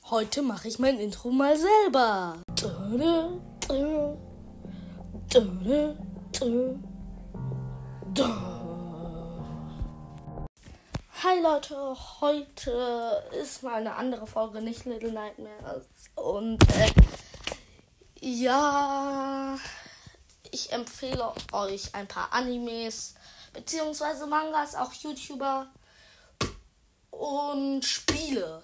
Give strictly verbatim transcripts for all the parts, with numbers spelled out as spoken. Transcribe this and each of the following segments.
Heute mache ich mein Intro mal selber. Hi Leute, heute ist mal eine andere Folge, nicht Little Nightmares. Und äh, ja, ich empfehle euch ein paar Animes, beziehungsweise Mangas, auch YouTuber und Spiele.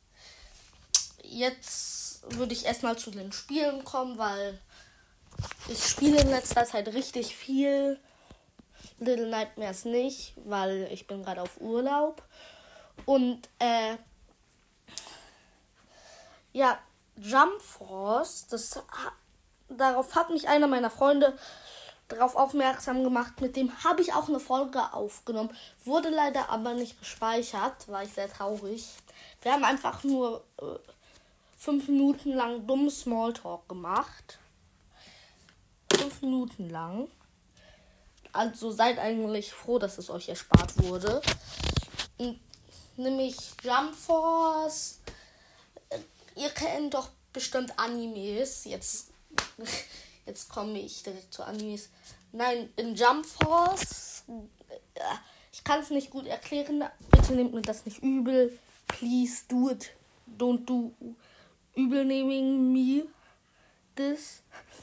Jetzt würde ich erstmal zu den Spielen kommen, weil ich spiele in letzter Zeit richtig viel. Little Nightmares nicht, weil ich bin gerade auf Urlaub. Und äh, ja, Jump Force, das, darauf hat mich einer meiner Freunde darauf aufmerksam gemacht. Mit dem habe ich auch eine Folge aufgenommen. Wurde leider aber nicht gespeichert, war ich sehr traurig. Wir haben einfach nur äh, fünf Minuten lang dummen Smalltalk gemacht. Fünf Minuten lang. Also seid eigentlich froh, dass es euch erspart wurde. Und nämlich Jump Force. Ihr kennt doch bestimmt Animes. Jetzt, jetzt komme ich direkt zu Animes. Nein, in Jump Force. Ich kann es nicht gut erklären. Bitte nehmt mir das nicht übel. Please do it. Don't do übel naming me this.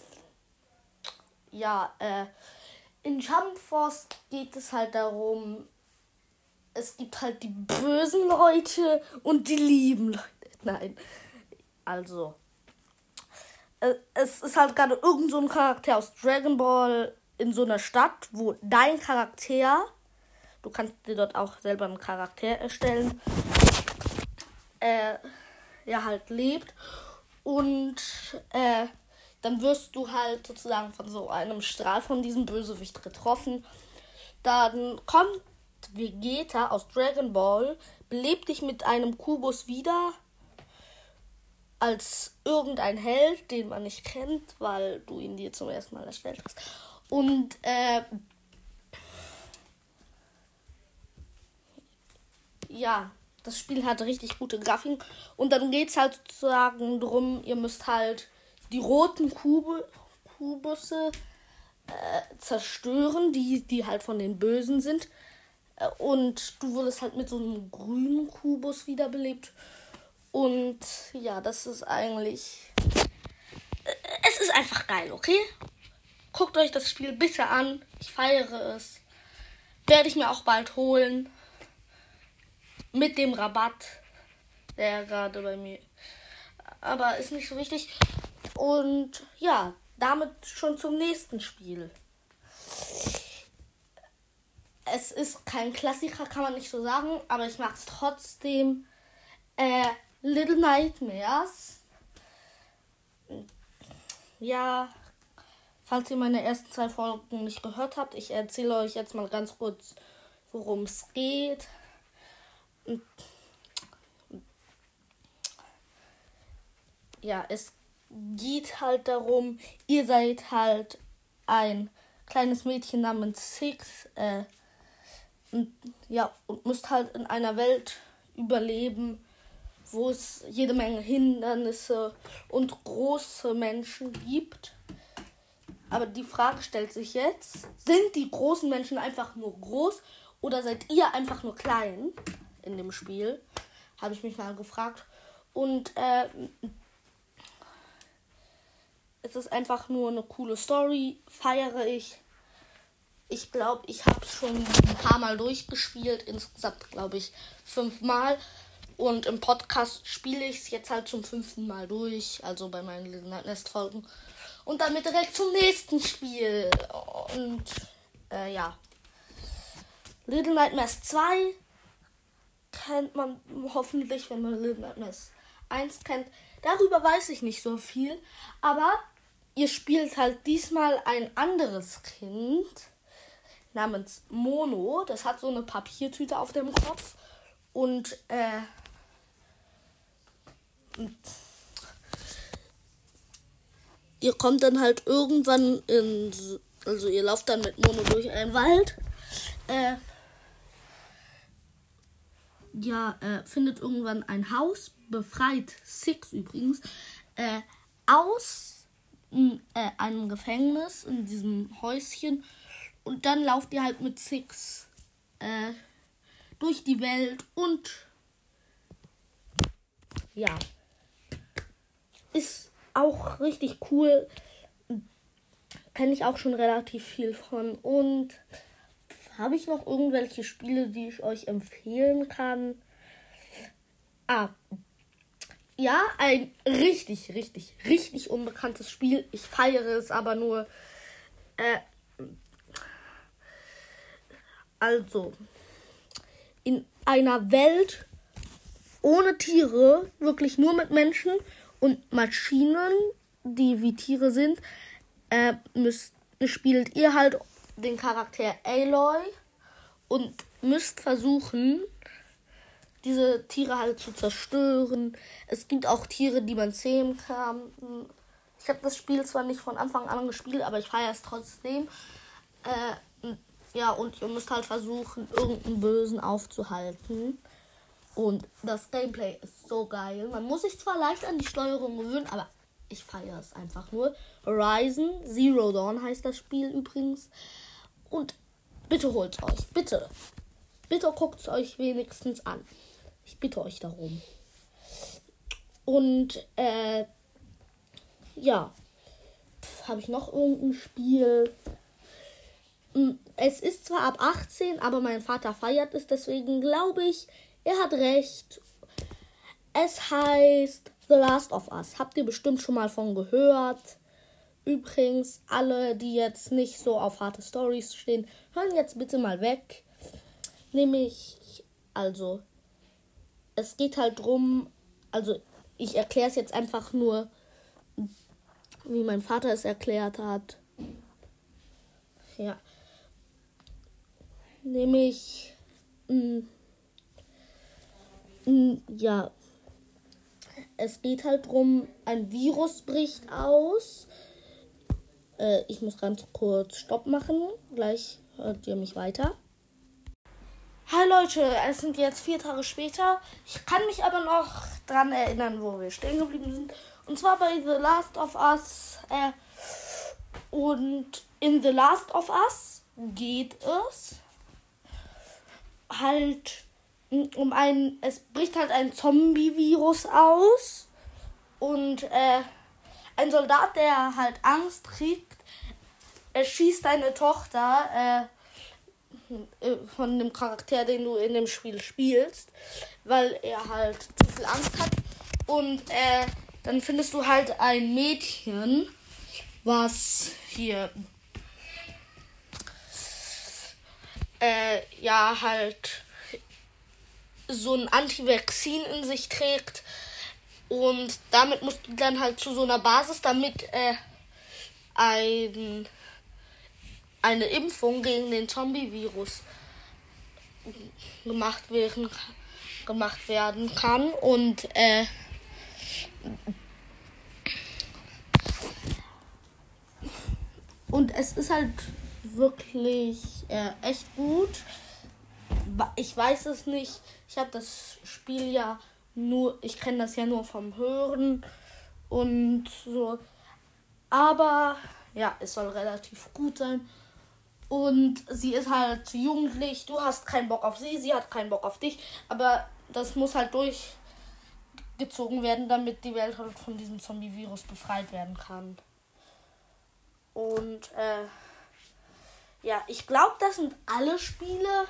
Ja, äh, in Jump Force geht es halt darum, es gibt halt die bösen Leute und die lieben Leute. Nein, also, äh, es ist halt gerade irgend so ein Charakter aus Dragon Ball in so einer Stadt, wo dein Charakter, du kannst dir dort auch selber einen Charakter erstellen, äh, ja halt lebt. Und äh, dann wirst du halt sozusagen von so einem Strahl von diesem Bösewicht getroffen. Dann kommt Vegeta aus Dragon Ball, belebt dich mit einem Kubus wieder als irgendein Held, den man nicht kennt, weil du ihn dir zum ersten Mal erstellt hast. Und äh, ja, das Spiel hat richtig gute Grafiken. Und dann geht es halt sozusagen drum, ihr müsst halt die roten Kube, Kubusse äh, zerstören, die, die halt von den Bösen sind. Äh, und du wurdest halt mit so einem grünen Kubus wiederbelebt. Und ja, das ist eigentlich... Äh, es ist einfach geil, okay? Guckt euch das Spiel bitte an. Ich feiere es. Werde ich mir auch bald holen. Mit dem Rabatt, der gerade bei mir... Aber ist nicht so wichtig. Und ja, damit schon zum nächsten Spiel. Es ist kein Klassiker, kann man nicht so sagen, aber ich mag es trotzdem. Äh, Little Nightmares. Ja, falls ihr meine ersten zwei Folgen nicht gehört habt, ich erzähle euch jetzt mal ganz kurz, worum es geht. Ja, es geht halt darum, ihr seid halt ein kleines Mädchen namens Six, äh, und, ja, und müsst halt in einer Welt überleben, wo es jede Menge Hindernisse und große Menschen gibt. Aber die Frage stellt sich jetzt, sind die großen Menschen einfach nur groß oder seid ihr einfach nur klein in dem Spiel? Habe ich mich mal gefragt. Und äh, es ist einfach nur eine coole Story, feiere ich. Ich glaube, ich habe es schon ein paar Mal durchgespielt. Insgesamt, glaube ich, fünfmal. Und im Podcast spiele ich es jetzt halt zum fünften Mal durch. Also bei meinen Little Nightmares Folgen. Und damit direkt zum nächsten Spiel. Und äh, ja. Little Nightmares zwei kennt man hoffentlich, wenn man Little Nightmares eins kennt. Darüber weiß ich nicht so viel. Aber ihr spielt halt diesmal ein anderes Kind namens Mono. Das hat so eine Papiertüte auf dem Kopf. Und, äh, ihr kommt dann halt irgendwann in, also ihr lauft dann mit Mono durch einen Wald. Äh, ja, äh, findet irgendwann ein Haus, befreit Six übrigens, äh, aus mh, äh, einem Gefängnis in diesem Häuschen. Und dann lauft ihr halt mit Six äh, durch die Welt und ja, ist auch richtig cool. Kenne ich auch schon relativ viel von. Und habe ich noch irgendwelche Spiele, die ich euch empfehlen kann? Ah, ja, ein richtig, richtig, richtig unbekanntes Spiel. Ich feiere es aber nur. Äh, also, in einer Welt ohne Tiere, wirklich nur mit Menschen und Maschinen, die wie Tiere sind, äh, müsst, spielt ihr halt den Charakter Aloy und müsst versuchen, diese Tiere halt zu zerstören. Es gibt auch Tiere, die man zähmen kann. Ich habe das Spiel zwar nicht von Anfang an gespielt, aber ich feiere es trotzdem. Äh, ja, und ihr müsst halt versuchen, irgendeinen Bösen aufzuhalten. Und das Gameplay ist so geil. Man muss sich zwar leicht an die Steuerung gewöhnen, aber ich feiere es einfach nur. Horizon Zero Dawn heißt das Spiel übrigens. Und bitte holt es euch. Bitte. Bitte guckt es euch wenigstens an. Ich bitte euch darum. Und, äh, ja. Habe ich noch irgendein Spiel? Es ist zwar ab achtzehn, aber mein Vater feiert es, deswegen glaube ich, er hat recht. Es heißt The Last of Us. Habt ihr bestimmt schon mal von gehört. Übrigens, alle, die jetzt nicht so auf harte Storys stehen, hören jetzt bitte mal weg. Nämlich, also, es geht halt drum, also, ich erkläre es jetzt einfach nur, wie mein Vater es erklärt hat. Ja. Nämlich, mh, mh, ja, es geht halt drum, ein Virus bricht aus. Äh, ich muss ganz kurz Stopp machen. Gleich hört ihr mich weiter. Hi Leute, es sind jetzt vier Tage später. Ich kann mich aber noch dran erinnern, wo wir stehen geblieben sind. Und zwar bei The Last of Us. Äh, und in The Last of Us geht es halt um ein, es bricht halt ein Zombie-Virus aus und äh, ein Soldat, der halt Angst kriegt, er schießt deine Tochter äh, von dem Charakter, den du in dem Spiel spielst, weil er halt zu viel Angst hat und äh, dann findest du halt ein Mädchen, was hier äh, ja halt so ein Anti-Vaccin in sich trägt und damit musst du dann halt zu so einer Basis, damit äh, ein, eine Impfung gegen den Zombie-Virus gemacht werden, gemacht werden kann und äh, und es ist halt wirklich äh, echt gut. Ich weiß es nicht. Ich habe das Spiel ja nur, ich kenne das ja nur vom Hören und so. Aber ja, es soll relativ gut sein. Und sie ist halt jugendlich. Du hast keinen Bock auf sie, sie hat keinen Bock auf dich. Aber das muss halt durchgezogen werden, damit die Welt halt von diesem Zombie-Virus befreit werden kann. Und äh, ja, ich glaube, das sind alle Spiele.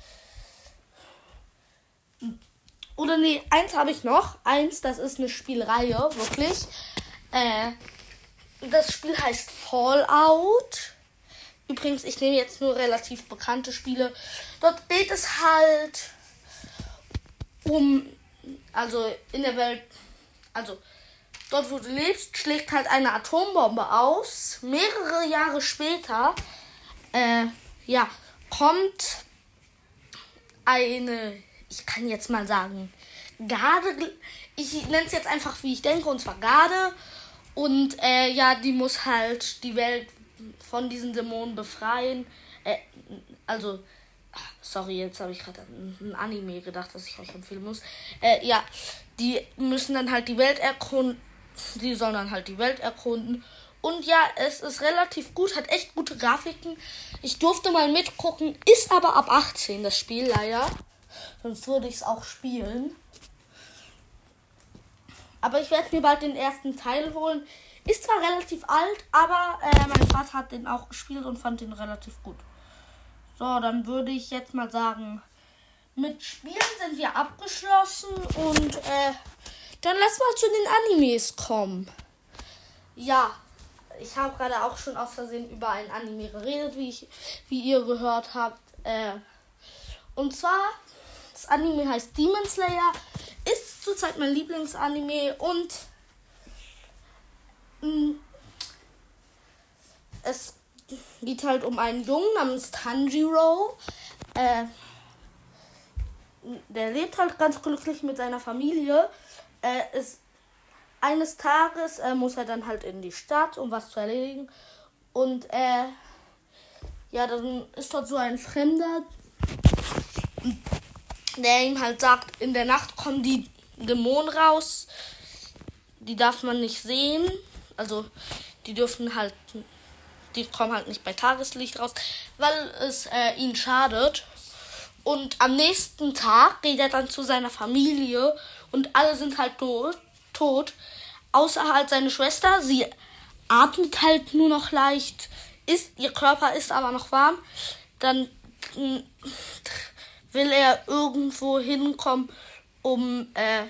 Oder nee, eins habe ich noch. Eins, das ist eine Spielreihe, wirklich. Äh, das Spiel heißt Fallout. Übrigens, ich nehme jetzt nur relativ bekannte Spiele. Dort geht es halt um, also in der Welt, also dort, wo du lebst, schlägt halt eine Atombombe aus. Mehrere Jahre später, äh, ja, kommt eine, ich kann jetzt mal sagen, Garde, ich nenne es jetzt einfach, wie ich denke, und zwar Garde. Und äh, ja, die muss halt die Welt von diesen Dämonen befreien. Äh, also, Sorry, jetzt habe ich gerade an ein Anime gedacht, das ich euch empfehlen muss. Äh, ja, die müssen dann halt die Welt erkunden. Die sollen dann halt die Welt erkunden. Und ja, es ist relativ gut, hat echt gute Grafiken. Ich durfte mal mitgucken, ist aber ab achtzehn das Spiel leider. Sonst würde ich es auch spielen. Aber ich werde mir bald den ersten Teil holen. Ist zwar relativ alt, aber äh, mein Vater hat den auch gespielt und fand den relativ gut. So, dann würde ich jetzt mal sagen, mit Spielen sind wir abgeschlossen und äh, dann lass mal zu den Animes kommen. Ja, ich habe gerade auch schon aus Versehen über ein Anime geredet, wie, ich, wie ihr gehört habt. Äh, und zwar, das Anime heißt Demon Slayer, ist zurzeit mein Lieblingsanime und mh, es geht halt um einen Jungen namens Tanjiro. Äh, der lebt halt ganz glücklich mit seiner Familie. Äh, ist, eines Tages äh, muss er dann halt in die Stadt, um was zu erledigen. Und äh, ja, dann ist dort so ein Fremder, der ihm halt sagt, in der Nacht kommen die Dämonen raus. Die darf man nicht sehen. Also die dürfen halt, die kommen halt nicht bei Tageslicht raus, weil es äh, ihnen schadet. Und am nächsten Tag geht er dann zu seiner Familie und alle sind halt tot, tot. Außer halt seine Schwester. Sie atmet halt nur noch leicht. Ist, ihr Körper ist aber noch warm. Dann mh, will er irgendwo hinkommen, um äh,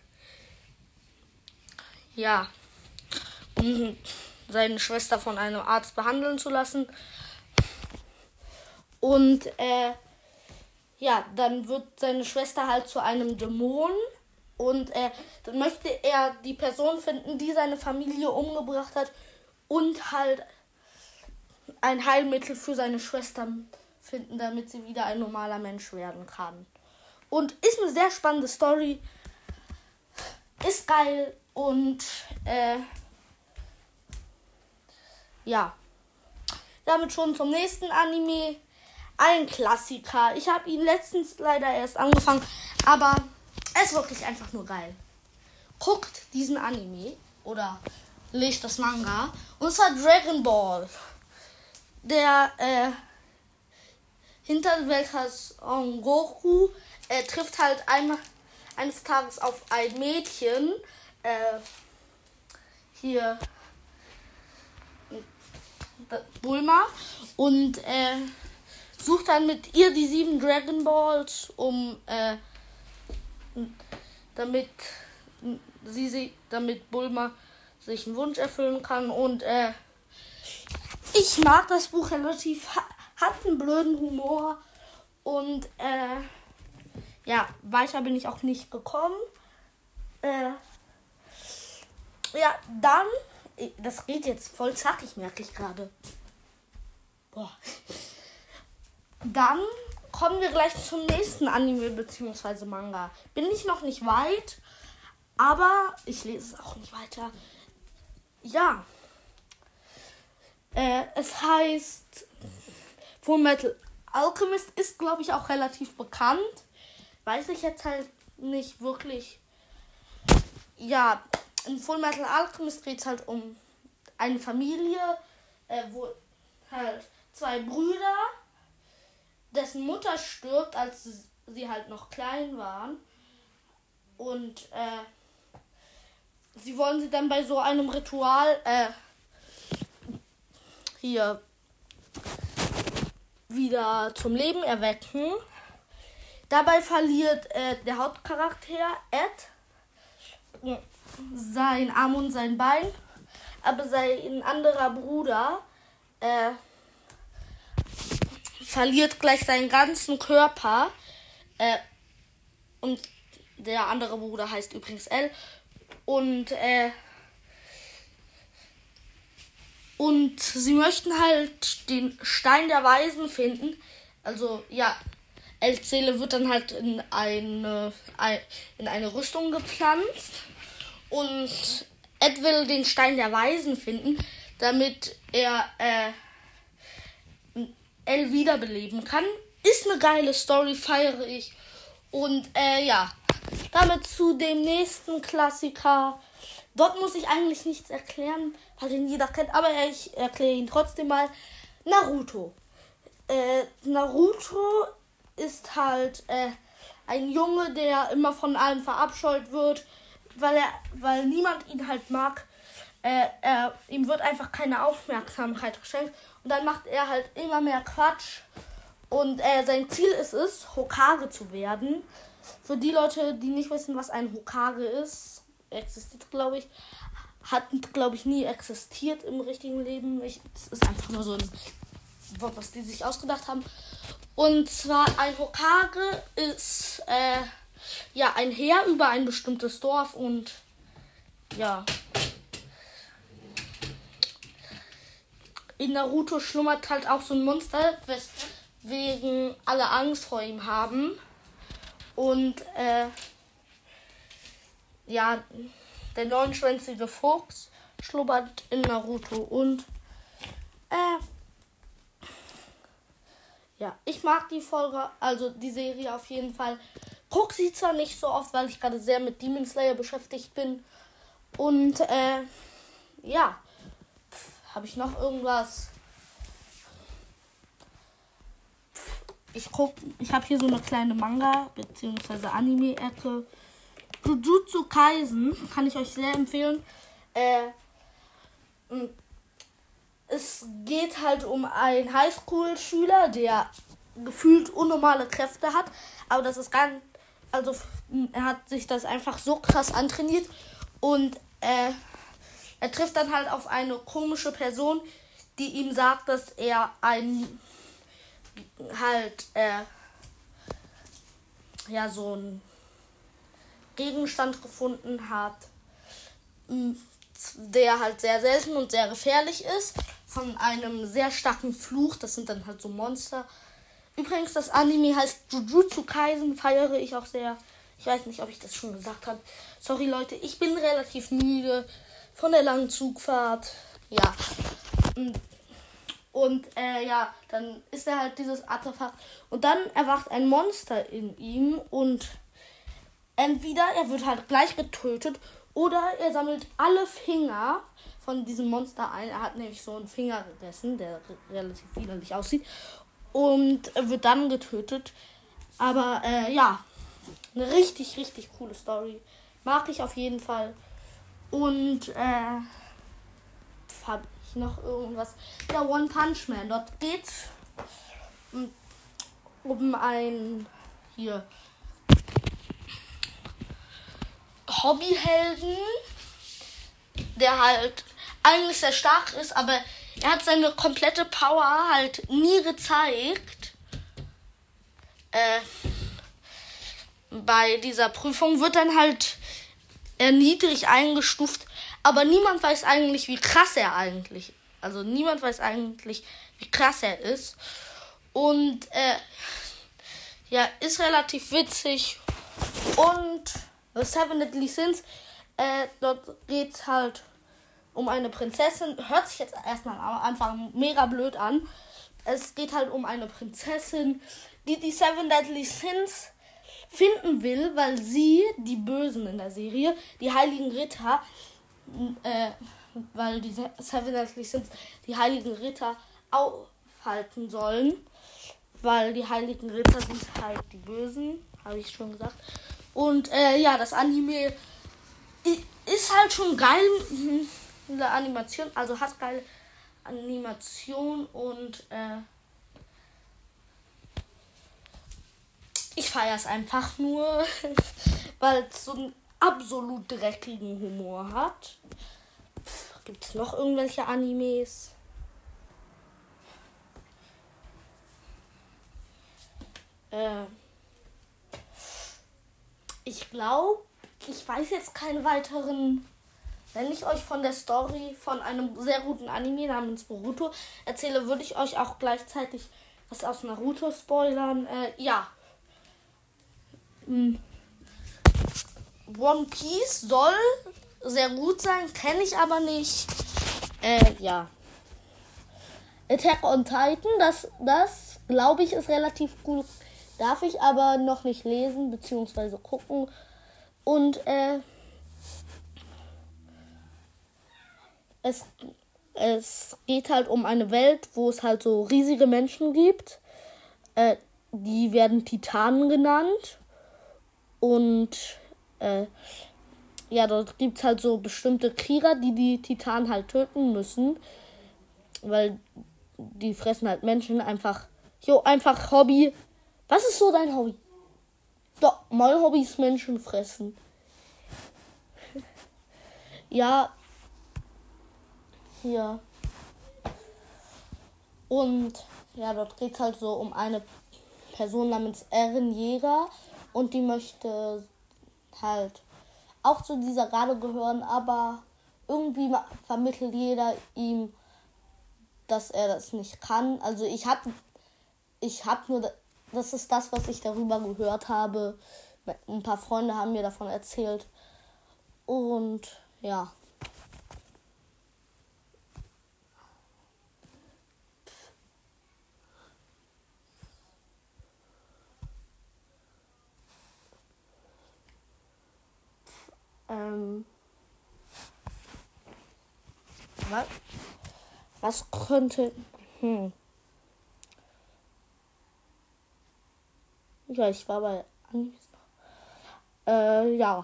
ja, um seine Schwester von einem Arzt behandeln zu lassen. Und äh, ja, dann wird seine Schwester halt zu einem Dämon. Und äh, dann möchte er die Person finden, die seine Familie umgebracht hat. Und halt ein Heilmittel für seine Schwester finden, damit sie wieder ein normaler Mensch werden kann. Und ist eine sehr spannende Story. Ist geil. Und äh, ja. Damit schon zum nächsten Anime. Ein Klassiker. Ich habe ihn letztens leider erst angefangen, aber er ist wirklich einfach nur geil. Guckt diesen Anime oder lest das Manga. Und zwar Dragon Ball. Der äh, Hinterwäldler Son Goku äh, trifft halt einmal eines Tages auf ein Mädchen. Äh, hier Bulma. Und äh, sucht dann mit ihr die sieben Dragon Balls, um äh, damit sie, sie damit Bulma sich einen Wunsch erfüllen kann. Und äh, ich mag das Buch relativ, hat einen blöden Humor und äh, ja, weiter bin ich auch nicht gekommen. Äh, ja, dann, das geht jetzt voll zackig, merke ich gerade. Boah. Dann kommen wir gleich zum nächsten Anime bzw. Manga. Bin ich noch nicht weit, aber ich lese es auch nicht weiter. Ja. Äh, es heißt Fullmetal Alchemist, ist glaube ich auch relativ bekannt. Weiß ich jetzt halt nicht wirklich. Ja, in Fullmetal Alchemist geht es halt um eine Familie, äh, wo halt zwei Brüder, dessen Mutter stirbt, als sie halt noch klein waren. Und äh, sie wollen sie dann bei so einem Ritual äh, hier wieder zum Leben erwecken. Dabei verliert äh, der Hauptcharakter Ed sein Arm und sein Bein, aber sein anderer Bruder äh, verliert gleich seinen ganzen Körper. Äh, und der andere Bruder heißt übrigens L. Und, äh, und sie möchten halt den Stein der Weisen finden. Also, ja, Ls Seele wird dann halt in eine, in eine Rüstung gepflanzt. Und Ed will den Stein der Weisen finden, damit er, äh, L wiederbeleben kann. Ist eine geile Story, feiere ich. Und äh, ja, damit zu dem nächsten Klassiker. Dort muss ich eigentlich nichts erklären, weil den jeder kennt, aber ich erkläre ihn trotzdem mal. Naruto. Äh, Naruto ist halt äh, ein Junge, der immer von allen verabscheut wird, weil er, weil niemand ihn halt mag. Äh, er, ihm wird einfach keine Aufmerksamkeit geschenkt und dann macht er halt immer mehr Quatsch. Und äh, sein Ziel ist es, Hokage zu werden. Für die Leute, die nicht wissen, was ein Hokage ist, existiert, glaube ich, hat, glaube ich, nie existiert im richtigen Leben. Es ist einfach nur so ein Wort, was die sich ausgedacht haben. Und zwar ein Hokage ist äh, ja ein Heer über ein bestimmtes Dorf und ja. In Naruto schlummert halt auch so ein Monster, weswegen alle Angst vor ihm haben. Und äh, ja, der neunschwänzige Fuchs schlummert in Naruto. Und äh, ja, ich mag die Folge, also die Serie auf jeden Fall. Guck sie zwar nicht so oft, weil ich gerade sehr mit Demon Slayer beschäftigt bin. Und äh, ja, habe ich noch irgendwas? Ich guck, ich habe hier so eine kleine Manga- bzw. Anime-Ecke. Jujutsu Kaisen kann ich euch sehr empfehlen. Äh, es geht halt um einen Highschool-Schüler, der gefühlt unnormale Kräfte hat. Aber das ist ganz, also er hat sich das einfach so krass antrainiert. Und äh, er trifft dann halt auf eine komische Person, die ihm sagt, dass er ein halt äh, ja so ein Gegenstand gefunden hat, der halt sehr selten und sehr gefährlich ist, von einem sehr starken Fluch. Das sind dann halt so Monster. Übrigens, das Anime heißt Jujutsu Kaisen, feiere ich auch sehr. Ich weiß nicht, ob ich das schon gesagt habe. Sorry Leute, ich bin relativ müde von der langen Zugfahrt. Ja. Und äh, ja, dann ist er halt dieses Artefakt. Und dann erwacht ein Monster in ihm und entweder er wird halt gleich getötet oder er sammelt alle Finger von diesem Monster ein. Er hat nämlich so einen Finger gegessen, der relativ widerlich aussieht. Und er wird dann getötet. Aber äh, ja, eine richtig, richtig coole Story. Mag ich auf jeden Fall. Und äh, habe ich noch irgendwas? Ja, One Punch Man. Dort geht's um ein hier Hobbyhelden, der halt eigentlich sehr stark ist, aber er hat seine komplette Power halt nie gezeigt. Äh, bei dieser Prüfung wird dann halt er niedrig eingestuft, aber niemand weiß eigentlich, wie krass er eigentlich ist. Also niemand weiß eigentlich, wie krass er ist. Und äh, ja, ist relativ witzig. Und The Seven Deadly Sins, äh, dort geht's halt um eine Prinzessin. Hört sich jetzt erstmal am Anfang mega blöd an. Es geht halt um eine Prinzessin, die die Seven Deadly Sins finden will, weil sie, die Bösen in der Serie, die Heiligen Ritter, äh, weil die Seven Deadly Sins die Heiligen Ritter aufhalten sollen, weil die Heiligen Ritter sind halt die Bösen, habe ich schon gesagt. Und äh, ja, das Anime ist halt schon geil in der Animation, also hat geile Animation und äh, ich feiere es einfach nur, weil es so einen absolut dreckigen Humor hat. Gibt es noch irgendwelche Animes? Äh, ich glaube, ich weiß jetzt keine weiteren. Wenn ich euch von der Story von einem sehr guten Anime namens Boruto erzähle, würde ich euch auch gleichzeitig was aus Naruto spoilern. Äh, ja. One Piece soll sehr gut sein, kenne ich aber nicht. Äh, ja. Attack on Titan, das, das glaube ich, ist relativ gut. Darf ich aber noch nicht lesen bzw. gucken. Und äh, es, es geht halt um eine Welt, wo es halt so riesige Menschen gibt. Äh, die werden Titanen genannt. Und äh, ja, dort gibt es halt so bestimmte Krieger, die die Titanen halt töten müssen. Weil die fressen halt Menschen einfach. Jo, einfach Hobby. Was ist so dein Hobby? Doch, mein Hobby ist Menschen fressen. Ja. Hier. Und ja, dort geht es halt so um eine Person namens Eren Jäger. Und die möchte halt auch zu dieser Garde gehören, aber irgendwie vermittelt jeder ihm, dass er das nicht kann. Also ich habe ich hab nur, das ist das, was ich darüber gehört habe. Ein paar Freunde haben mir davon erzählt. Und ja. Ähm. Was? Was könnte... Hm. Ja, ich war bei... Äh, ja.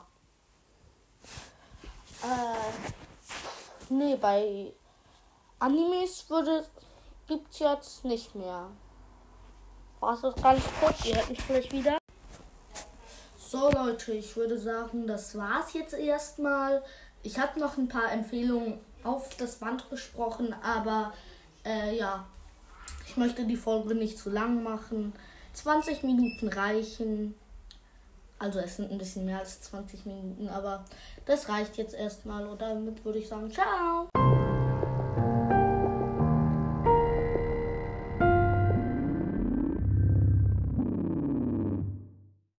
Äh, nee, bei Animes würde... gibt's jetzt nicht mehr. Wartet ganz kurz, ihr hört mich vielleicht wieder. So Leute, ich würde sagen, das war's jetzt erstmal. Ich habe noch ein paar Empfehlungen auf das Band gesprochen, aber äh, ja, ich möchte die Folge nicht zu lang machen. zwanzig Minuten reichen. Also es sind ein bisschen mehr als zwanzig Minuten, aber das reicht jetzt erstmal. Und damit würde ich sagen, ciao.